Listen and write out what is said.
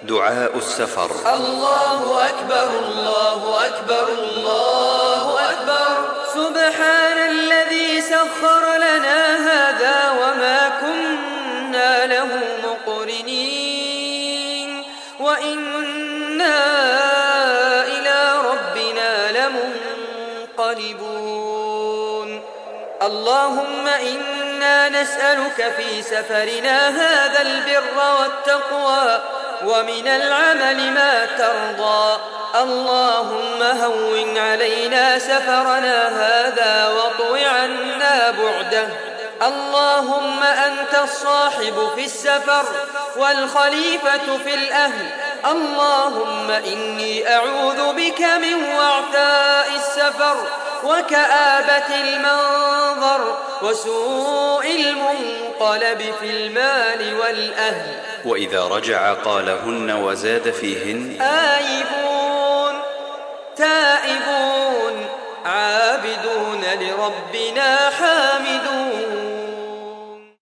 دعاء السفر. الله أكبر الله أكبر الله أكبر. سبحان الذي سخر لنا هذا وما كنا له مقرنين وإنا إلى ربنا لمنقلبون. اللهم إنا نسألك في سفرنا هذا البر والتقوى ومن العمل ما ترضى. اللهم هون علينا سفرنا هذا واطو عنا بعده. اللهم أنت الصاحب في السفر والخليفة في الأهل. اللهم إني أعوذ بك من وعثاء السفر وكآبة المنظر وسوء المنقلب في المال والأهل. وإذا رجع قالهن وزاد فيهن: آيبون تائبون عابدون لربنا حامدون.